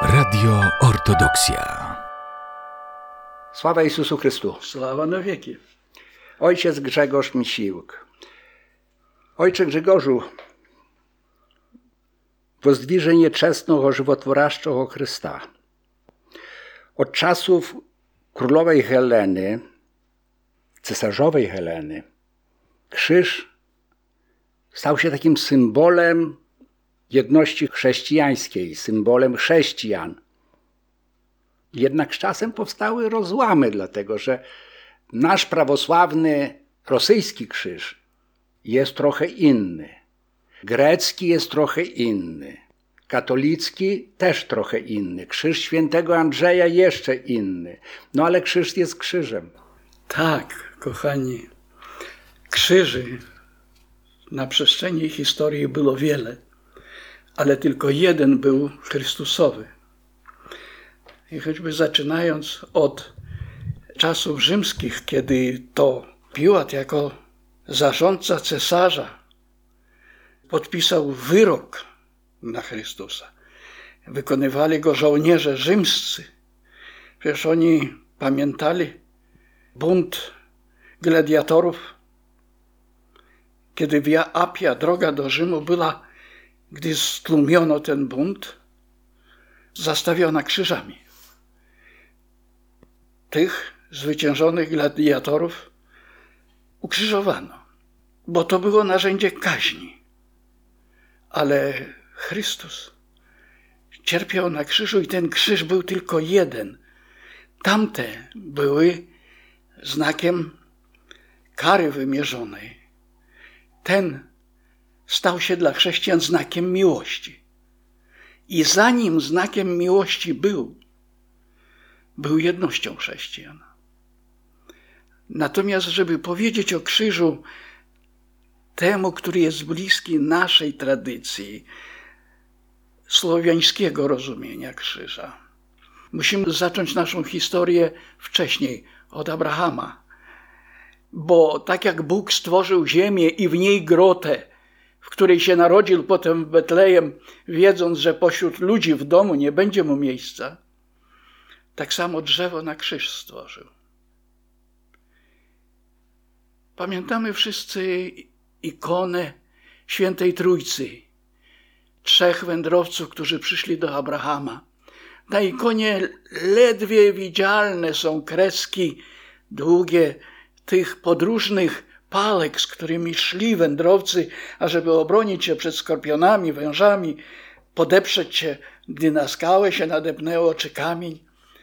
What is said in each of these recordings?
Radio Ortodoksja. Sława Jezusu Chrystu. Sława na wieki. Ojciec Grzegorz Misiłek. Ojcze Grzegorzu, wozdwiże nieczestnego żywotworaszczego Chrysta. Od czasów królowej Heleny, cesarzowej Heleny, krzyż stał się takim symbolem jedności chrześcijańskiej, symbolem chrześcijan. Jednak z czasem powstały rozłamy, dlatego że nasz prawosławny rosyjski krzyż jest trochę inny. Grecki jest trochę inny. Katolicki też trochę inny. Krzyż świętego Andrzeja jeszcze inny. No ale krzyż jest krzyżem. Tak, kochani, krzyży na przestrzeni historii było wiele, ale tylko jeden był Chrystusowy. I choćby zaczynając od czasów rzymskich, kiedy to Piłat jako zarządca cesarza podpisał wyrok na Chrystusa. Wykonywali go żołnierze rzymscy. Przecież oni pamiętali bunt gladiatorów, kiedy Via Appia, droga do Rzymu, była, gdy stłumiono ten bunt, zastawiona krzyżami. Tych zwyciężonych gladiatorów ukrzyżowano, bo to było narzędzie kaźni. Ale Chrystus cierpiał na krzyżu i ten krzyż był tylko jeden. Tamte były znakiem kary wymierzonej. Ten stał się dla chrześcijan znakiem miłości. I zanim znakiem miłości był jednością chrześcijan. Natomiast, żeby powiedzieć o krzyżu temu, który jest bliski naszej tradycji, słowiańskiego rozumienia krzyża, musimy zacząć naszą historię wcześniej, od Abrahama. Bo tak jak Bóg stworzył ziemię i w niej grotę, w której się narodził potem w Betlejem, wiedząc, że pośród ludzi w domu nie będzie mu miejsca, tak samo drzewo na krzyż stworzył. Pamiętamy wszyscy ikonę Świętej Trójcy, trzech wędrowców, którzy przyszli do Abrahama. Na ikonie ledwie widzialne są kreski długie tych podróżnych palek, z którymi szli wędrowcy, ażeby obronić się przed skorpionami, wężami, podeprzeć się, gdy na skałę się nadepnęło, czy kamień.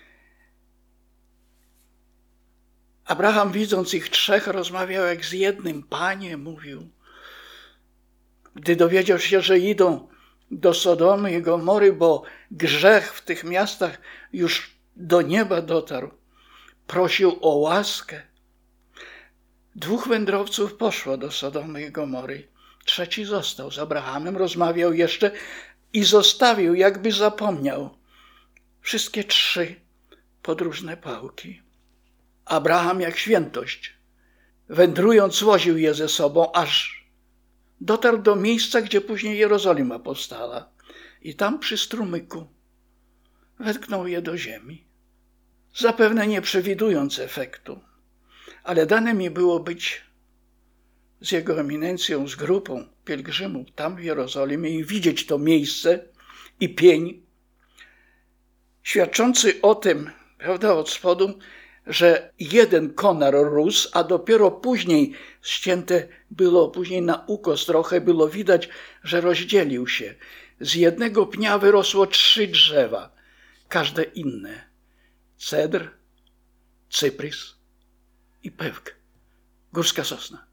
Abraham, widząc ich trzech, rozmawiał jak z jednym. Panie, mówił, gdy dowiedział się, że idą do Sodomy i Gomory, bo grzech w tych miastach już do nieba dotarł, prosił o łaskę. Dwóch wędrowców poszło do Sodomy i Gomory. Trzeci został z Abrahamem, rozmawiał jeszcze i zostawił, jakby zapomniał, wszystkie trzy podróżne pałki. Abraham jak świętość, wędrując, woził je ze sobą, aż dotarł do miejsca, gdzie później Jerozolima powstała. I tam przy strumyku wetknął je do ziemi. Zapewne nie przewidując efektu, ale dane mi było być z jego eminencją, z grupą pielgrzymów tam w Jerozolimie i widzieć to miejsce i pień, świadczący o tym, prawda, od spodu, że jeden konar rósł, a dopiero później ścięte było, później na ukos trochę było widać, że rozdzielił się. Z jednego pnia wyrosło 3 drzewa, każde inne. Cedr, cyprys i pewk, górska sosna.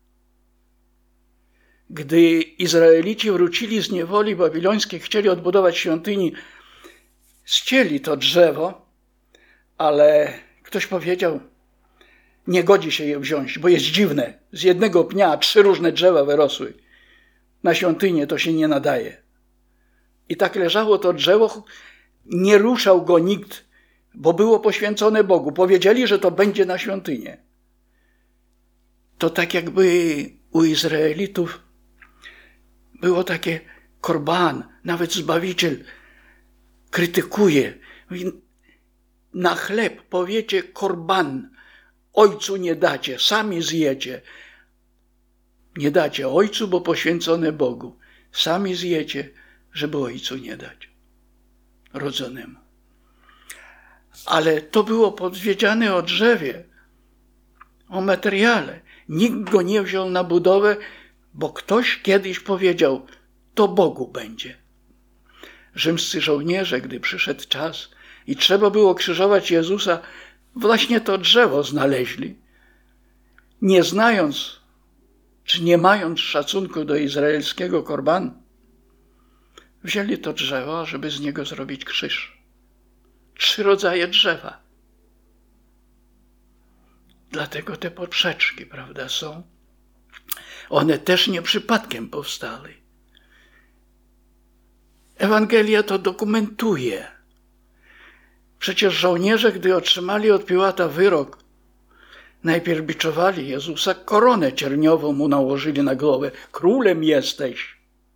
Gdy Izraelici wrócili z niewoli babilońskiej, chcieli odbudować świątyni, ścięli to drzewo, ale ktoś powiedział, nie godzi się je wziąć, bo jest dziwne. Z jednego pnia 3 różne drzewa wyrosły. Na świątynię to się nie nadaje. I tak leżało to drzewo, nie ruszał go nikt, bo było poświęcone Bogu. Powiedzieli, że to będzie na świątynię. To tak jakby u Izraelitów było takie korban, nawet Zbawiciel krytykuje. Mówi, na chleb powiecie korban, ojcu nie dacie, sami zjecie. Nie dacie ojcu, bo poświęcone Bogu. Sami zjecie, żeby ojcu nie dać, rodzonemu. Ale to było powiedziane o drzewie, o materiale. Nikt go nie wziął na budowę, bo ktoś kiedyś powiedział, to Bogu będzie. Rzymscy żołnierze, gdy przyszedł czas i trzeba było krzyżować Jezusa, właśnie to drzewo znaleźli. Nie znając, czy nie mając szacunku do izraelskiego korbanu, wzięli to drzewo, żeby z niego zrobić krzyż. 3 rodzaje drzewa. Dlatego te poprzeczki, prawda, są. One też nie przypadkiem powstały. Ewangelia to dokumentuje. Przecież żołnierze, gdy otrzymali od Piłata wyrok, najpierw biczowali Jezusa, koronę cierniową mu nałożyli na głowę. Królem jesteś.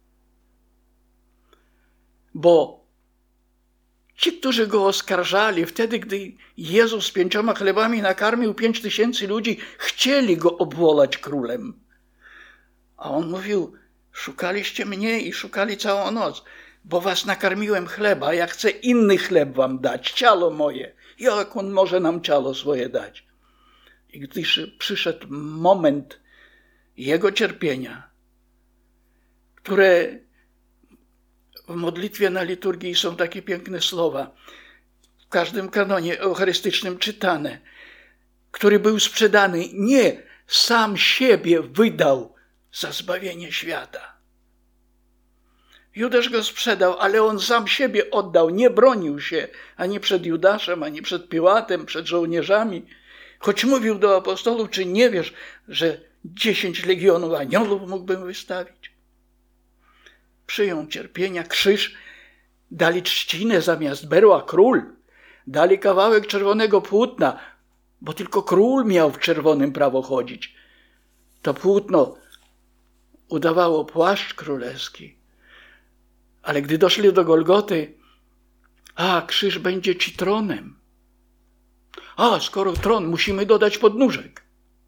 Bo ci, którzy go oskarżali, wtedy, gdy Jezus 5 chlebami nakarmił 5000 ludzi, chcieli go obwołać królem. A on mówił, szukaliście mnie i szukali całą noc, bo was nakarmiłem chleba, ja chcę inny chleb wam dać, ciało moje. Jak on może nam ciało swoje dać? I gdy przyszedł moment jego cierpienia, które w modlitwie na liturgii są takie piękne słowa, w każdym kanonie eucharystycznym czytane, który był sprzedany, nie sam siebie wydał za zbawienie świata. Judasz go sprzedał, ale on sam siebie oddał, nie bronił się ani przed Judaszem, ani przed Piłatem, przed żołnierzami. Choć mówił do apostołów, czy nie wiesz, że 10 legionów aniołów mógłbym wystawić? Przyjął cierpienia, krzyż, dali trzcinę zamiast berła, król. Dali kawałek czerwonego płótna, bo tylko król miał w czerwonym prawo chodzić. To płótno udawało płaszcz królewski. Ale gdy doszli do Golgoty, krzyż będzie ci tronem. Skoro tron, musimy dodać podnóżek.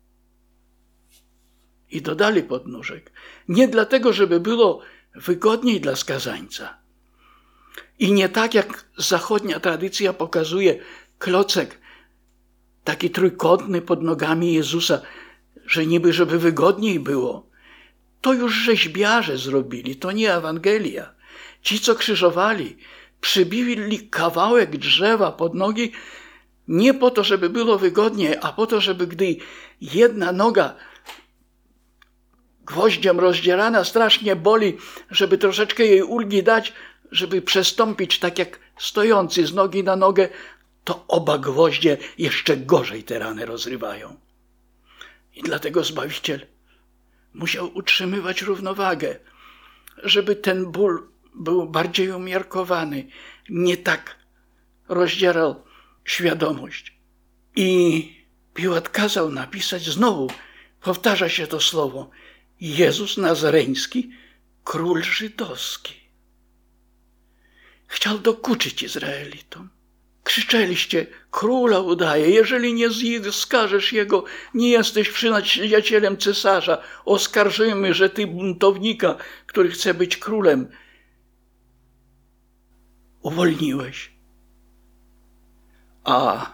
I dodali podnóżek. Nie dlatego, żeby było wygodniej dla skazańca. I nie tak, jak zachodnia tradycja pokazuje, klocek taki trójkątny pod nogami Jezusa, że niby, żeby wygodniej było. To już rzeźbiarze zrobili, to nie Ewangelia. Ci, co krzyżowali, przybili kawałek drzewa pod nogi nie po to, żeby było wygodniej, a po to, żeby gdy jedna noga gwoździem rozdzierana strasznie boli, żeby troszeczkę jej ulgi dać, żeby przestąpić tak jak stojący z nogi na nogę, to oba gwoździe jeszcze gorzej te rany rozrywają. I dlatego Zbawiciel musiał utrzymywać równowagę, żeby ten ból był bardziej umiarkowany, nie tak rozdzierał świadomość. I Piłat kazał napisać znowu, powtarza się to słowo, Jezus Nazareński, król żydowski. Chciał dokuczyć Izraelitom. Krzyczeliście, króla udaje, jeżeli nie skażesz jego, nie jesteś przyjacielem cesarza. Oskarżymy, że ty buntownika, który chce być królem, uwolniłeś. A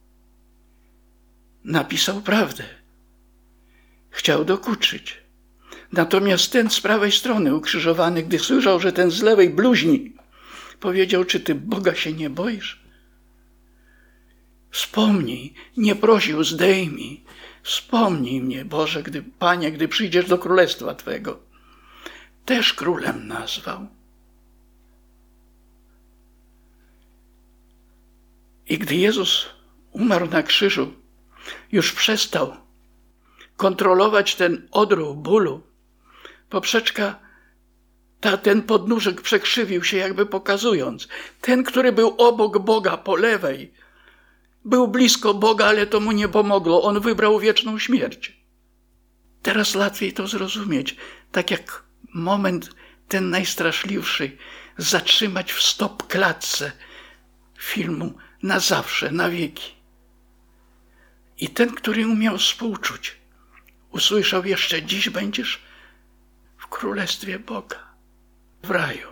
napisał prawdę. Chciał dokuczyć. Natomiast ten z prawej strony ukrzyżowany, gdy słyszał, że ten z lewej bluźni, powiedział, czy ty Boga się nie boisz? Wspomnij, nie prosił, zdejmij. Wspomnij mnie, Boże, Panie, gdy przyjdziesz do królestwa Twego. Też królem nazwał. I gdy Jezus umarł na krzyżu, już przestał kontrolować ten odruch bólu. Poprzeczka, ten podnóżek przekrzywił się, jakby pokazując. Ten, który był obok Boga po lewej, był blisko Boga, ale to mu nie pomogło. On wybrał wieczną śmierć. Teraz łatwiej to zrozumieć. Tak jak moment ten najstraszliwszy zatrzymać w stop-klatce filmu na zawsze, na wieki. I ten, który umiał współczuć, usłyszał: jeszcze dziś będziesz w Królestwie Boga, w raju.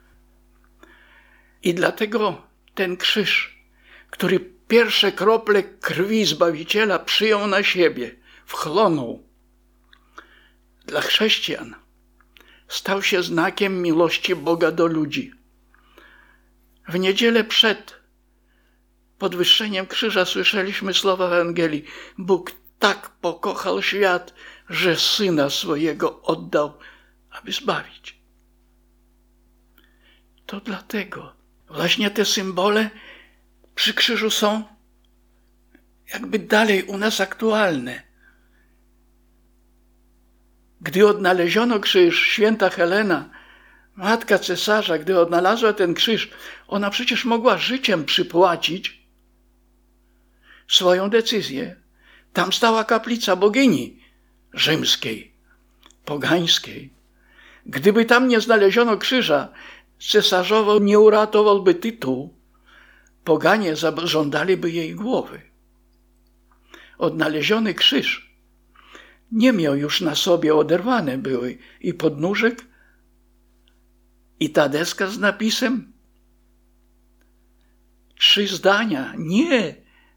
I dlatego ten krzyż, który pierwsze krople krwi Zbawiciela przyjął na siebie, wchłonął, dla chrześcijan stał się znakiem miłości Boga do ludzi. W niedzielę przed podwyższeniem krzyża słyszeliśmy słowa w Ewangelii: Bóg tak pokochał świat, że Syna swojego oddał, aby zbawić. To dlatego właśnie te symbole przy krzyżu są jakby dalej u nas aktualne. Gdy odnaleziono krzyż, święta Helena, matka cesarza, gdy odnalazła ten krzyż, ona przecież mogła życiem przypłacić swoją decyzję. Tam stała kaplica bogini rzymskiej, pogańskiej. Gdyby tam nie znaleziono krzyża, cesarzowo nie uratowałby tytuł, poganie zażądaliby jej głowy. Odnaleziony krzyż nie miał już na sobie, oderwane były i podnóżek, i ta deska z napisem. 3 zdania, nie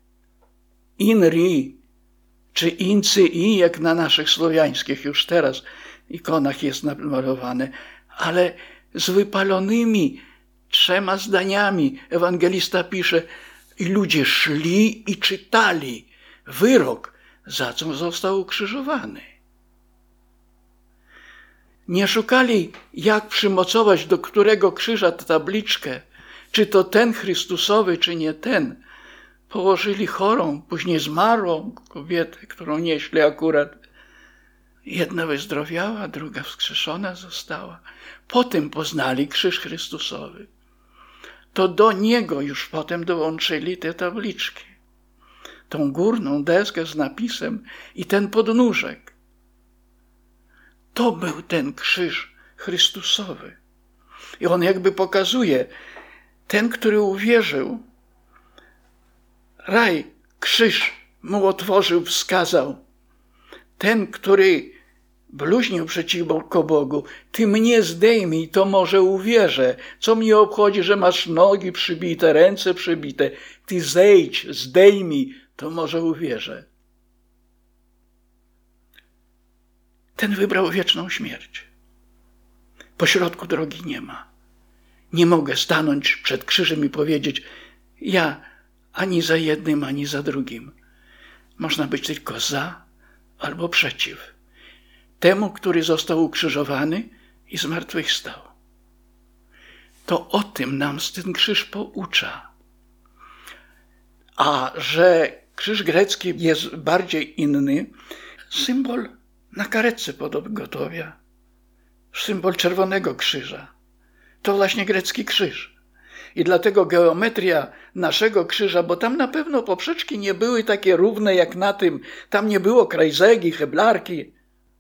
INRI czy INCI, jak na naszych słowiańskich już teraz ikonach jest namalowane, ale z wypalonymi 3 zdaniami. Ewangelista pisze: i ludzie szli i czytali wyrok, za co został ukrzyżowany. Nie szukali, jak przymocować do którego krzyża tę tabliczkę, czy to ten Chrystusowy, czy nie ten. Położyli chorą, później zmarłą kobietę, którą nieśli akurat. Jedna wyzdrowiała, druga wskrzeszona została. Potem poznali krzyż Chrystusowy. To do niego już potem dołączyli te tabliczki. Tą górną deskę z napisem i ten podnóżek. To był ten krzyż Chrystusowy. I on jakby pokazuje, ten, który uwierzył, raj, krzyż mu otworzył, wskazał. Ten, który bluźnił przeciwko Bogu: ty mnie zdejmij, to może uwierzę. Co mnie obchodzi, że masz nogi przybite, ręce przybite. Ty zejdź, zdejmij, to może uwierzę. Ten wybrał wieczną śmierć. Pośrodku drogi nie ma. Nie mogę stanąć przed krzyżem i powiedzieć: ja ani za jednym, ani za drugim. Można być tylko za albo przeciw temu, który został ukrzyżowany i zmartwychwstał. To o tym nam ten krzyż poucza. A że krzyż grecki jest bardziej inny, symbol na karetce pogotowia, symbol czerwonego krzyża, to właśnie grecki krzyż. I dlatego geometria naszego krzyża, bo tam na pewno poprzeczki nie były takie równe jak na tym, tam nie było krajzegi, heblarki,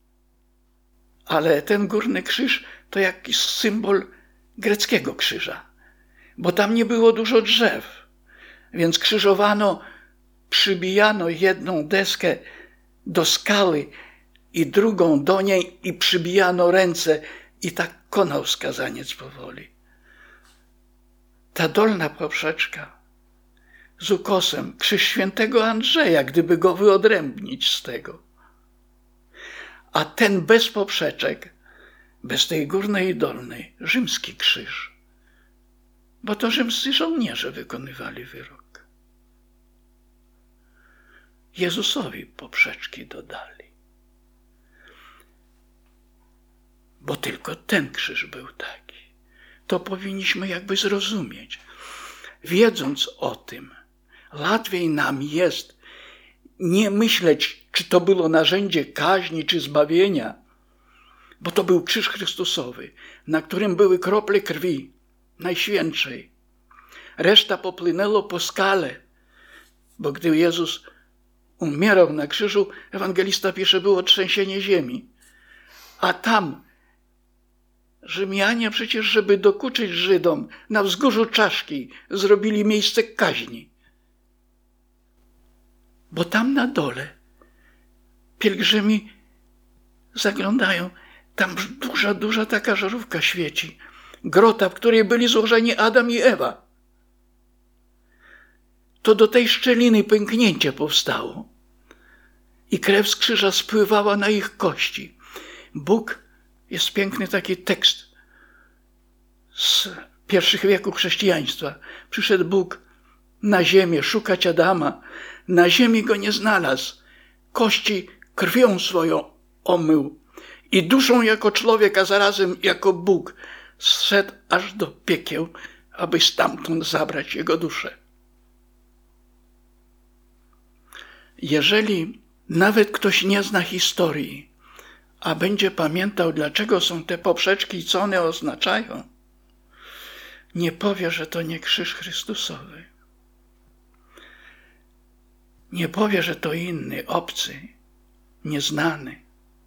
ale ten górny krzyż to jakiś symbol greckiego krzyża, bo tam nie było dużo drzew, więc krzyżowano, przybijano jedną deskę do skały i drugą do niej i przybijano ręce i tak konał skazaniec powoli. Ta dolna poprzeczka z ukosem, krzyż świętego Andrzeja, gdyby go wyodrębnić z tego. A ten bez poprzeczek, bez tej górnej i dolnej, rzymski krzyż. Bo to rzymscy żołnierze wykonywali wyrok. Jezusowi poprzeczki dodali. Bo tylko ten krzyż był taki. To powinniśmy jakby zrozumieć. Wiedząc o tym, łatwiej nam jest nie myśleć, czy to było narzędzie kaźni, czy zbawienia, bo to był krzyż Chrystusowy, na którym były krople krwi Najświętszej. Reszta popłynęło po skale, bo gdy Jezus umierał na krzyżu, ewangelista pisze, było trzęsienie ziemi, a tam Rzymianie przecież, żeby dokuczyć Żydom, na wzgórzu Czaszki zrobili miejsce kaźni. Bo tam na dole pielgrzymi zaglądają, tam duża taka żarówka świeci. Grota, w której byli złożeni Adam i Ewa. To do tej szczeliny pęknięcie powstało. I krew z krzyża spływała na ich kości. Bóg, jest piękny taki tekst z pierwszych wieków chrześcijaństwa. Przyszedł Bóg na ziemię szukać Adama. Na ziemi go nie znalazł. Kości krwią swoją omył. I duszą jako człowiek, a zarazem jako Bóg zszedł aż do piekieł, aby stamtąd zabrać jego duszę. Jeżeli nawet ktoś nie zna historii, a będzie pamiętał, dlaczego są te poprzeczki i co one oznaczają, nie powie, że to nie krzyż Chrystusowy. Nie powie, że to inny, obcy, nieznany.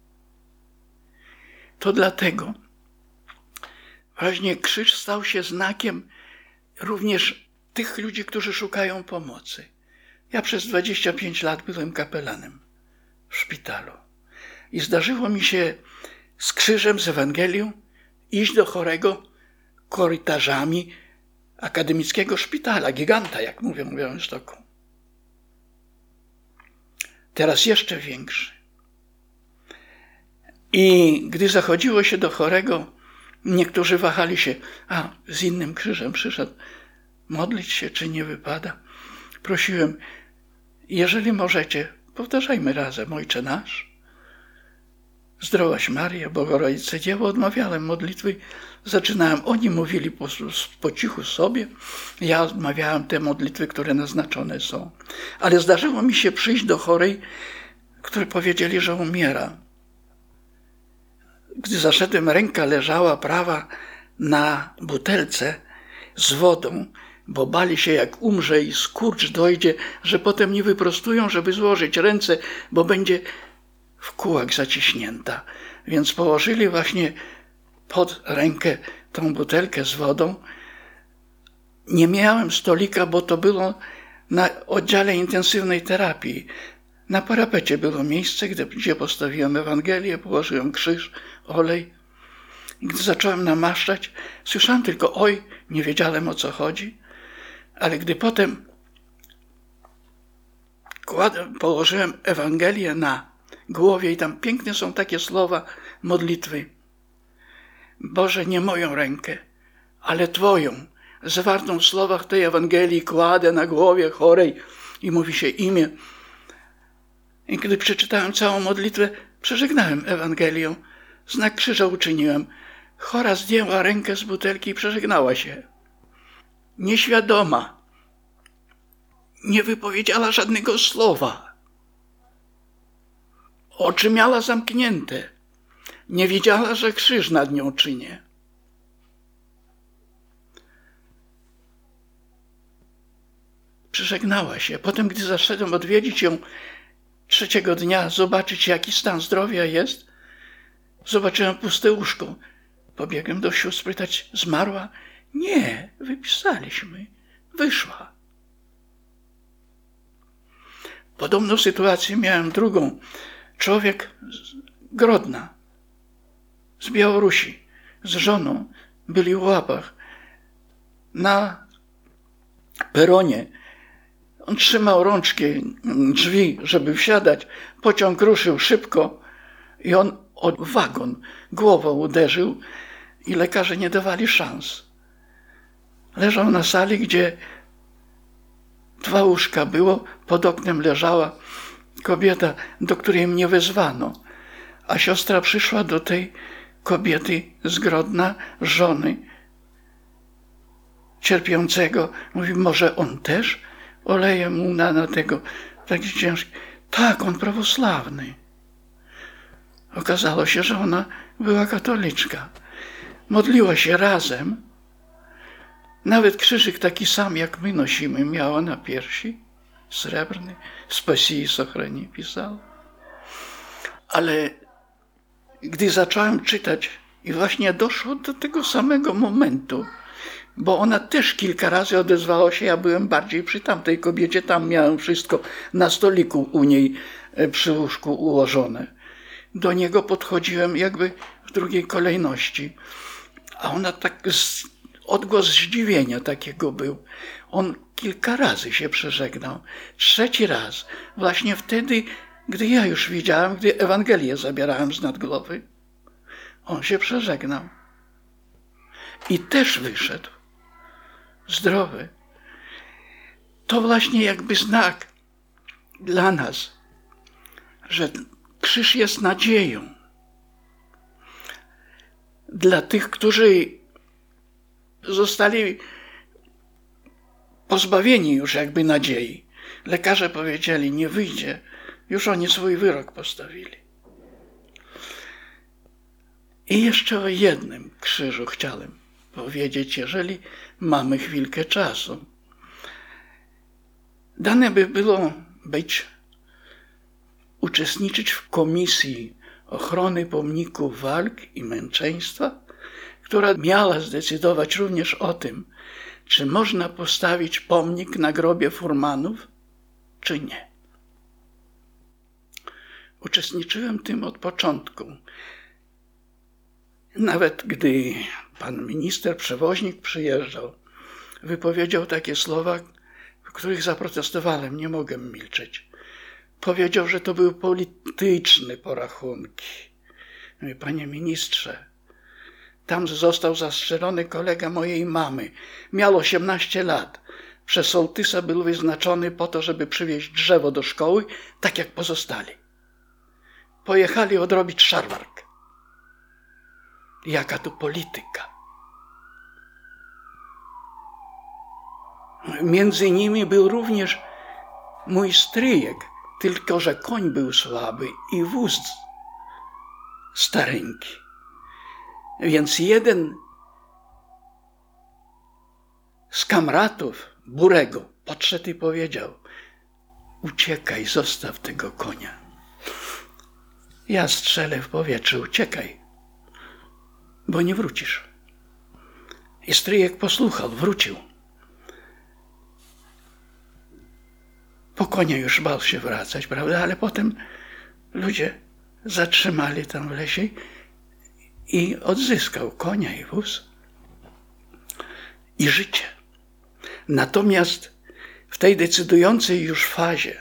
To dlatego właśnie krzyż stał się znakiem również tych ludzi, którzy szukają pomocy. Ja przez 25 lat byłem kapelanem w szpitalu i zdarzyło mi się z krzyżem, z Ewangelią iść do chorego korytarzami akademickiego szpitala, giganta, jak mówią w Białymstoku. Teraz jeszcze większy. I gdy zachodziło się do chorego, niektórzy wahali się, z innym krzyżem przyszedł, modlić się, czy nie wypada. Prosiłem, jeżeli możecie, powtarzajmy razem, Ojcze nasz, Zdrowaś Maryjo, Bogorodice Dziewo, odmawiałem modlitwy, zaczynałem, oni mówili po cichu sobie, ja odmawiałem te modlitwy, które naznaczone są. Ale zdarzyło mi się przyjść do chorej, którzy powiedzieli, że umiera. Gdy zaszedłem, ręka leżała prawa na butelce z wodą, bo bali się, jak umrze i skurcz dojdzie, że potem nie wyprostują, żeby złożyć ręce, bo będzie w kółek zaciśnięta. Więc położyli właśnie pod rękę tą butelkę z wodą. Nie miałem stolika, bo to było na oddziale intensywnej terapii. Na parapecie było miejsce, gdzie postawiłem Ewangelię, położyłem krzyż, olej. Gdy zacząłem namaszczać, słyszałem tylko oj, nie wiedziałem, o co chodzi. Ale gdy potem położyłem Ewangelię na głowie i tam piękne są takie słowa modlitwy. Boże, nie moją rękę, ale Twoją, zawartą w słowach tej Ewangelii, kładę na głowie chorej i mówi się imię. I gdy przeczytałem całą modlitwę, przeżegnałem Ewangelią, znak krzyża uczyniłem. Chora zdjęła rękę z butelki i przeżegnała się. Nieświadoma. Nie wypowiedziała żadnego słowa. Oczy miała zamknięte. Nie wiedziała, że krzyż nad nią czynię. Przeżegnała się. Potem, gdy zaszedłem odwiedzić ją trzeciego dnia, zobaczyć, jaki stan zdrowia jest, zobaczyłem puste łóżko. Pobiegłem do sióstr pytać, zmarła? Nie, wypisaliśmy. Wyszła. Podobną sytuację miałem drugą. Człowiek Grodna, z Białorusi, z żoną, byli w łapach. Na peronie on trzymał rączki drzwi, żeby wsiadać. Pociąg ruszył szybko i on o wagon głową uderzył i lekarze nie dawali szans. Leżał na sali, gdzie 2 łóżka było, pod oknem leżała kobieta, do której mnie wezwano, a siostra przyszła do tej kobiety z Grodna, żony cierpiącego. Mówi, może on też oleje mu na tego, taki ciężki. Tak, on prawosławny. Okazało się, że ona była katoliczka. Modliła się razem. Nawet krzyżyk taki sam, jak my nosimy, miała na piersi, srebrny, Spasii Sochrani pisał. Ale gdy zacząłem czytać I właśnie doszło do tego samego momentu, bo ona też kilka razy odezwała się, ja byłem bardziej przy tamtej kobiecie, tam miałem wszystko na stoliku u niej przy łóżku ułożone. Do niego podchodziłem jakby w drugiej kolejności, a ona tak, odgłos zdziwienia takiego był. On kilka razy się przeżegnał. Trzeci raz, właśnie wtedy, gdy ja już widziałem, gdy Ewangelię zabierałem z nad głowy, on się przeżegnał. I też wyszedł. Zdrowy. To właśnie jakby znak dla nas, że krzyż jest nadzieją. Dla tych, którzy zostali pozbawieni już jakby nadziei. Lekarze powiedzieli, nie wyjdzie. Już oni swój wyrok postawili. I jeszcze o jednym krzyżu chciałem powiedzieć, jeżeli mamy chwilkę czasu. Dane by było uczestniczyć w Komisji Ochrony Pomników Walk i Męczeństwa, która miała zdecydować również o tym, czy można postawić pomnik na grobie furmanów, czy nie. Uczestniczyłem tym od początku. Nawet gdy pan minister, przewoźnik przyjeżdżał, wypowiedział takie słowa, w których zaprotestowałem, nie mogę milczeć. Powiedział, że to były polityczne porachunki. Mówię, panie ministrze, tam został zastrzelony kolega mojej mamy. Miał 18 lat. Przez sołtysa był wyznaczony po to, żeby przywieźć drzewo do szkoły, tak jak pozostali. Pojechali odrobić szarwark. Jaka tu polityka. Między nimi był również mój stryjek, tylko że koń był słaby i wóz stareńki. Więc jeden z kamratów Burego podszedł i powiedział, uciekaj, zostaw tego konia. Ja strzelę w powietrze, uciekaj, bo nie wrócisz. I stryjek posłuchał, wrócił. Po konia już bał się wracać, prawda? Ale potem ludzie zatrzymali tam w lesie i odzyskał konia i wóz i życie. Natomiast w tej decydującej już fazie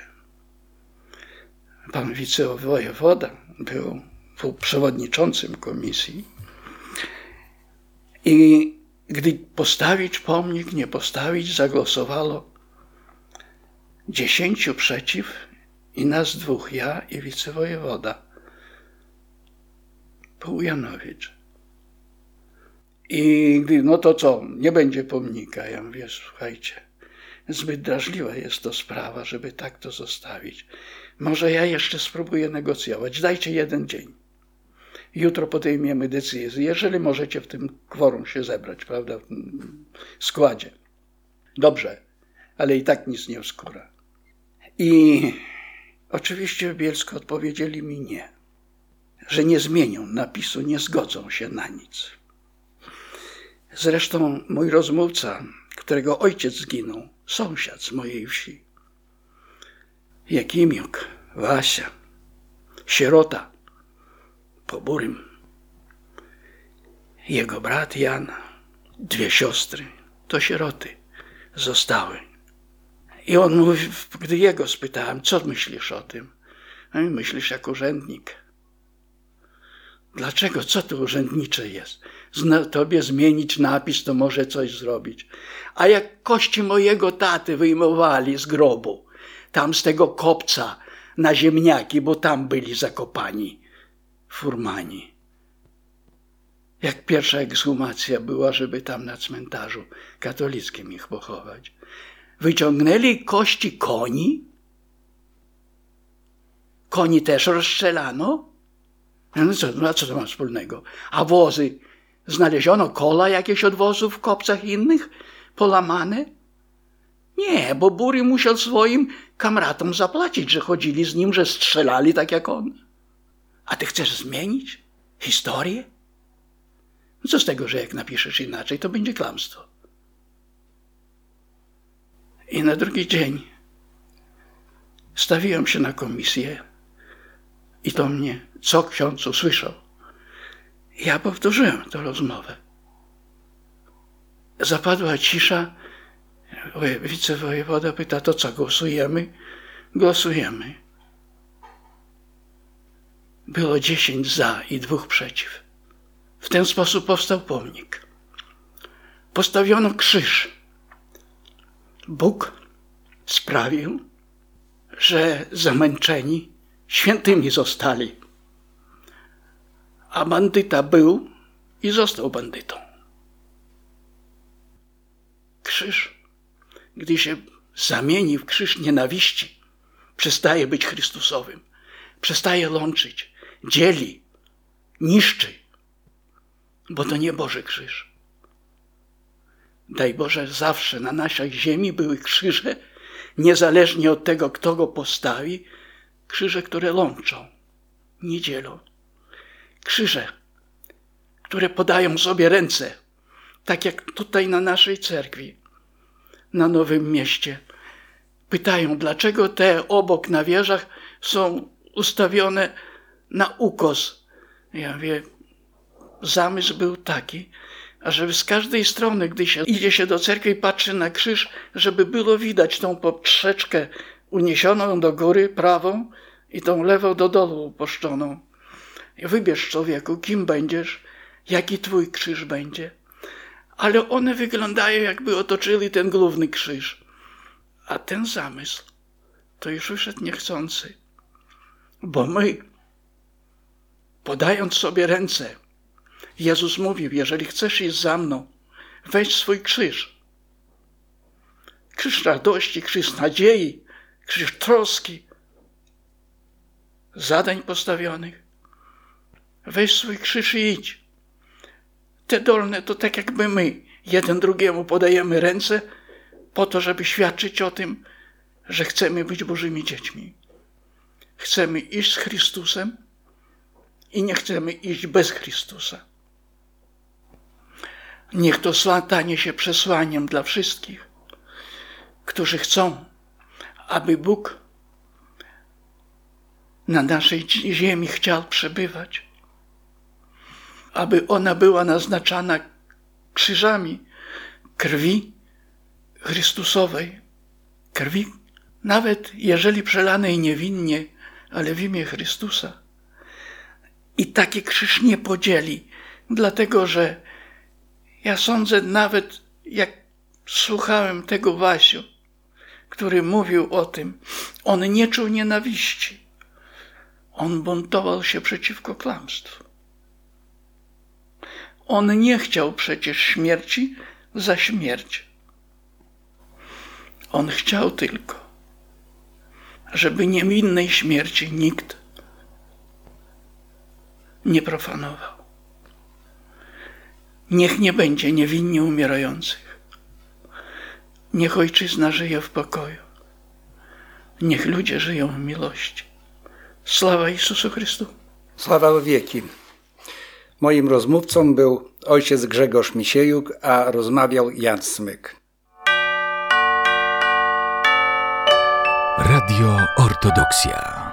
pan wicewojewoda był przewodniczącym komisji i gdy postawić pomnik, nie postawić, zagłosowało 10 przeciw i nas 2, ja i wicewojewoda. Połujanowicz. I gdy, no to co, nie będzie pomnika. Ja mówię, słuchajcie, zbyt drażliwa jest to sprawa, żeby tak to zostawić. Może ja jeszcze spróbuję negocjować. Dajcie 1 dzień. Jutro podejmiemy decyzję, jeżeli możecie w tym kworum się zebrać, prawda, w składzie. Dobrze, ale i tak nic nie wskóra. I oczywiście w Bielsku odpowiedzieli mi nie, że nie zmienią napisu, nie zgodzą się na nic. Zresztą mój rozmówca, którego ojciec zginął, sąsiad z mojej wsi, Jakimiuk, Wasia, sierota po Burym, jego brat Jan, 2 siostry, to sieroty zostały. I on mówi, gdy jego spytałem, co myślisz o tym? No i myślisz jak urzędnik. Dlaczego? Co tu urzędnicze jest? Tobie zmienić napis, to może coś zrobić. A jak kości mojego taty wyjmowali z grobu, tam z tego kopca na ziemniaki, bo tam byli zakopani furmani. Jak pierwsza ekshumacja była, żeby tam na cmentarzu katolickim ich pochować. Wyciągnęli kości koni. Koni też rozstrzelano. No co to ma wspólnego? A wozy? Znaleziono kola jakieś od wozów w kopcach innych? Polamane? Nie, bo Bury musiał swoim kamratom zapłacić, że chodzili z nim, że strzelali tak jak on. A ty chcesz zmienić historię? Co z tego, że jak napiszesz inaczej, to będzie kłamstwo. I na drugi dzień stawiłem się na komisję i to mnie co ksiądz usłyszał. Ja powtórzyłem tę rozmowę. Zapadła cisza. Wicewojewoda pyta, to co, głosujemy? Głosujemy. Było 10 za i 2 przeciw. W ten sposób powstał pomnik. Postawiono krzyż. Bóg sprawił, że zamęczeni świętymi zostali. A bandyta był i został bandytą. Krzyż, gdy się zamieni w krzyż nienawiści, przestaje być Chrystusowym, przestaje łączyć, dzieli, niszczy, bo to nie Boży krzyż. Daj Boże, zawsze na naszej ziemi były krzyże, niezależnie od tego, kto go postawi, krzyże, które łączą, nie dzielą. Krzyże, które podają sobie ręce, tak jak tutaj na naszej cerkwi, na Nowym Mieście. Pytają, dlaczego te obok na wieżach są ustawione na ukos. Ja mówię, zamysł był taki, ażeby z każdej strony, gdy się idzie się do cerkwi i patrzy na krzyż, żeby było widać tą poprzeczkę uniesioną do góry prawą i tą lewą do dołu upuszczoną. Wybierz, człowieku, kim będziesz, jaki twój krzyż będzie. Ale one wyglądają, jakby otoczyli ten główny krzyż. A ten zamysł to już wyszedł niechcący. Bo my, podając sobie ręce, Jezus mówił, jeżeli chcesz iść za mną, weź swój krzyż. Krzyż radości, krzyż nadziei, krzyż troski, zadań postawionych. Weź swój krzyż i idź. Te dolne to tak jakby my jeden drugiemu podajemy ręce po to, żeby świadczyć o tym, że chcemy być Bożymi dziećmi. Chcemy iść z Chrystusem i nie chcemy iść bez Chrystusa. Niech to stanie się przesłaniem dla wszystkich, którzy chcą, aby Bóg na naszej ziemi chciał przebywać, aby ona była naznaczana krzyżami krwi Chrystusowej, krwi, nawet jeżeli przelanej niewinnie, ale w imię Chrystusa. I taki krzyż nie podzieli, dlatego że ja sądzę, nawet jak słuchałem tego Wasiu, który mówił o tym, on nie czuł nienawiści. On buntował się przeciwko kłamstwu. On nie chciał przecież śmierci za śmierć. On chciał tylko, żeby niewinnej śmierci nikt nie profanował. Niech nie będzie niewinnie umierających. Niech Ojczyzna żyje w pokoju. Niech ludzie żyją w miłości. Sława Jezusu Chrystu. Sława wieki. Moim rozmówcą był ojciec Grzegorz Misiejuk, a rozmawiał Jan Smyk. Radio Ortodoksja.